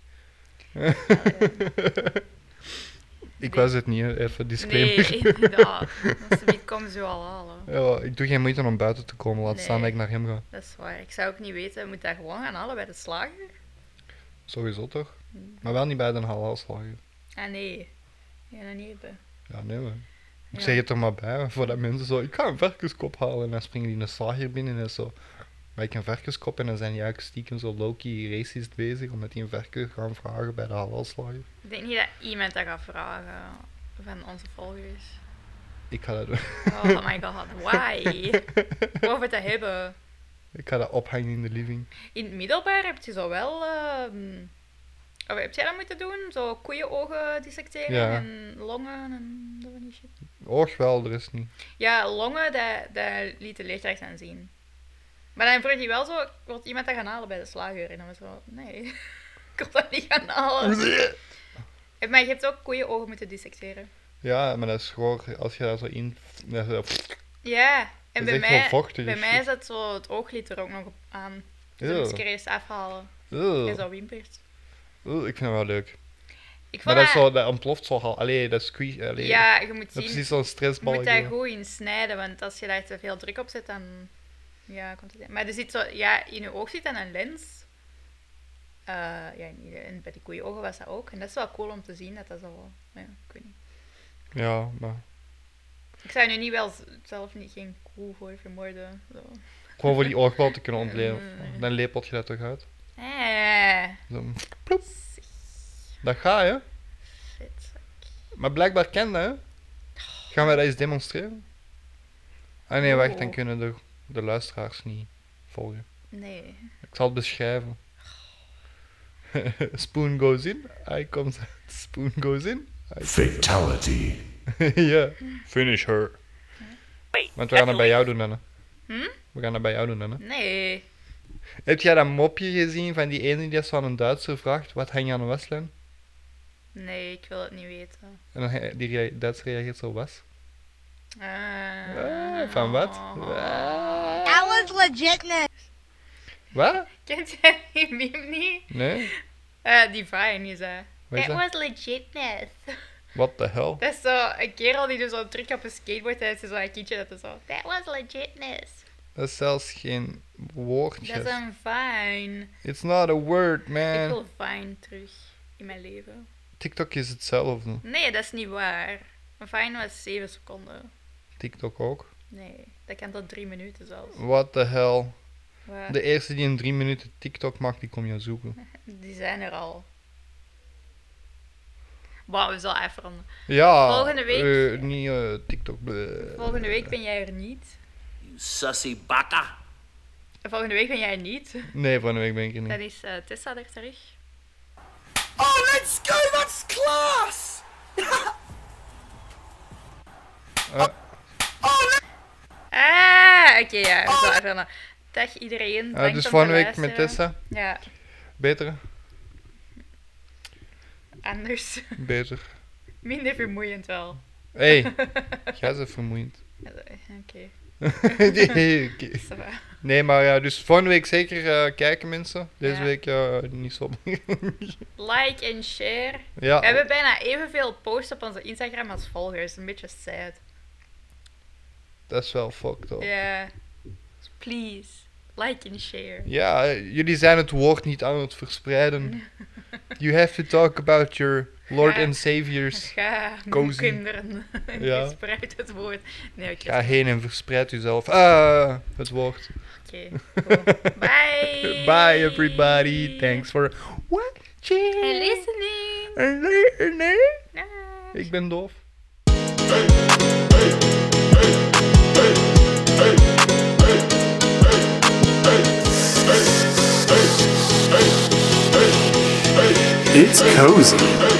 Ik was het niet, hè. Even disclaimer. Nee, inderdaad. Als ze niet komen ze wel halen. Ja, ik doe geen moeite om buiten te komen. Laat staan Nee. dat ik naar hem ga. Dat is waar. Ik zou ook niet weten, we moeten dat gewoon gaan halen bij de slager. Sowieso toch? Maar wel niet bij de halalslager. Ah nee. Ja, dan niet hebben. Ja, nee man. Ik Ja. zeg het er maar bij, voordat mensen zo, ik ga een varkenskop halen. En dan springen die in een slager binnen en zo. Maar ik een varkenskop en dan zijn die eigenlijk stiekem zo low-key racist bezig, omdat die een varken gaan vragen bij de halalslager. Ik denk niet dat iemand dat gaat vragen van onze volgers. Ik ga dat doen. Oh my god, why? Over te hebben. Ik ga dat ophangen in de living. In het middelbaar heb je zo wel ehm, Of heb jij dat moeten doen? Zo koeienogen dissecteren Ja. en longen en dat van die shit. Oog wel, de rest niet. Ja, longen, dat, dat liet de leerkracht aan zien. Maar dan vroeg hij wel zo, wordt iemand dat gaan halen bij de slager? En dan was zo, nee, ik wil dat niet gaan halen. Eh, Maar je hebt ook koeienogen moeten dissecteren. Ja, maar dat is gewoon als je daar zo in. Dat is, zo- Ja, en Dat is bij echt mij, wel vochtig bij en mij shit. is dat zo, het ooglid er ook nog op aan. Dus Ew. dat moest ik er eerst afhalen. Ugh. En zo wimpers. Ugh, ik vind het wel leuk. Ik Maar vond dat, is zo, dat ontploft zo al. Allee, dat is squeeze. Allee, ja, je moet dat is zien, precies zo'n je stressbal. moet daar goed in snijden, want als je daar te veel druk op zet, dan ja, komt het. Maar er zit zo, ja, in je oog zit dan een lens. Eh, ja, en bij die koeienogen was dat ook. En dat is wel cool om te zien dat dat zo. Ja, ik weet niet. Ja, maar. Ik zou nu niet wel z- zelf niet geen koe voor vermoorden. Zo. Gewoon voor die oogbal te kunnen ontleden. Mm. Dan lepelt je dat toch uit. Eh, Zo, ploep. Dat gaat, hè? vetzak. Maar blijkbaar ken dat, hè? Gaan wij dat eens demonstreren? Ah nee, wacht, dan Oh. kunnen de, de luisteraars niet volgen. Nee. Ik zal het beschrijven. Spoon goes in, I comes out. Spoon goes in. I Fatality. Ja, finish her. Want we gaan dat bij jou doen dan, hè. Hm? We gaan dat bij jou doen dan, hè. Nee. Heb jij dat mopje gezien van die ene die dat zo aan een Duitser vraagt, wat hang je aan de waslijn? Nee, ik wil het niet weten. En dan hij- die rea- Duitser reageert zo, was? Ah. Ah, van wat? Ah. That was legitness. Wat? Kent jij die meme niet? Nee? Eh, die Vine is dat. Wat is That dat? was legitness. What the hell? Dat is zo een kerel die dus zo'n truc op een skateboard heeft. En zo'n kindje dat is zo. That was legitness. Dat is zelfs geen woordje. Dat is een Vine. It's not a word, Ik man. wil Vine terug in mijn leven. TikTok is hetzelfde. Nee, dat is niet waar. Een Vine was zeven seconden. TikTok ook. Nee, dat kan tot drie minuten zelfs. What the hell? Wat? De eerste die een drie minuten TikTok maakt, die kom je zoeken. Die zijn er al. Wauw, we zullen afronden. Ja. Volgende week- eh, niet eh, TikTok. bleh. Volgende week ben jij er niet. You sussy baka. Volgende week ben jij er niet. Nee, volgende week ben ik er Dan niet. is eh, Tessa er terug. Oh, let's go! That's class! Ah, oké, ja. We zullen afronden. Dag iedereen. Ah, bedankt dus om volgende te week met luisteren. Tessa. Ja, Beter? anders. Beter. Minder vermoeiend wel. Hé, hey, jij bent vermoeiend. Ja, Oké, Nee, oké. ça va. Nee, maar ja, dus volgende week zeker eh, kijken mensen. Deze Ja. week ja, niet zo. Like en share. Ja, We hebben bijna evenveel posts op onze Instagram als volgers. Een beetje sad. dat is wel fucked up. Ja. Dus please, like en share. Ja, jullie zijn het woord niet aan het verspreiden. You have to talk about your Lord Ja. and Saviors. Ga, Cozy. kinderen. Ja. Verspreid het woord. Nee, oké. Ga heen en verspreid uzelf. Ah, het woord. Oké, cool. Bye. Bye everybody. Thanks for watching. And listening. And listening. Dag. Ik ben doof. It's cozy.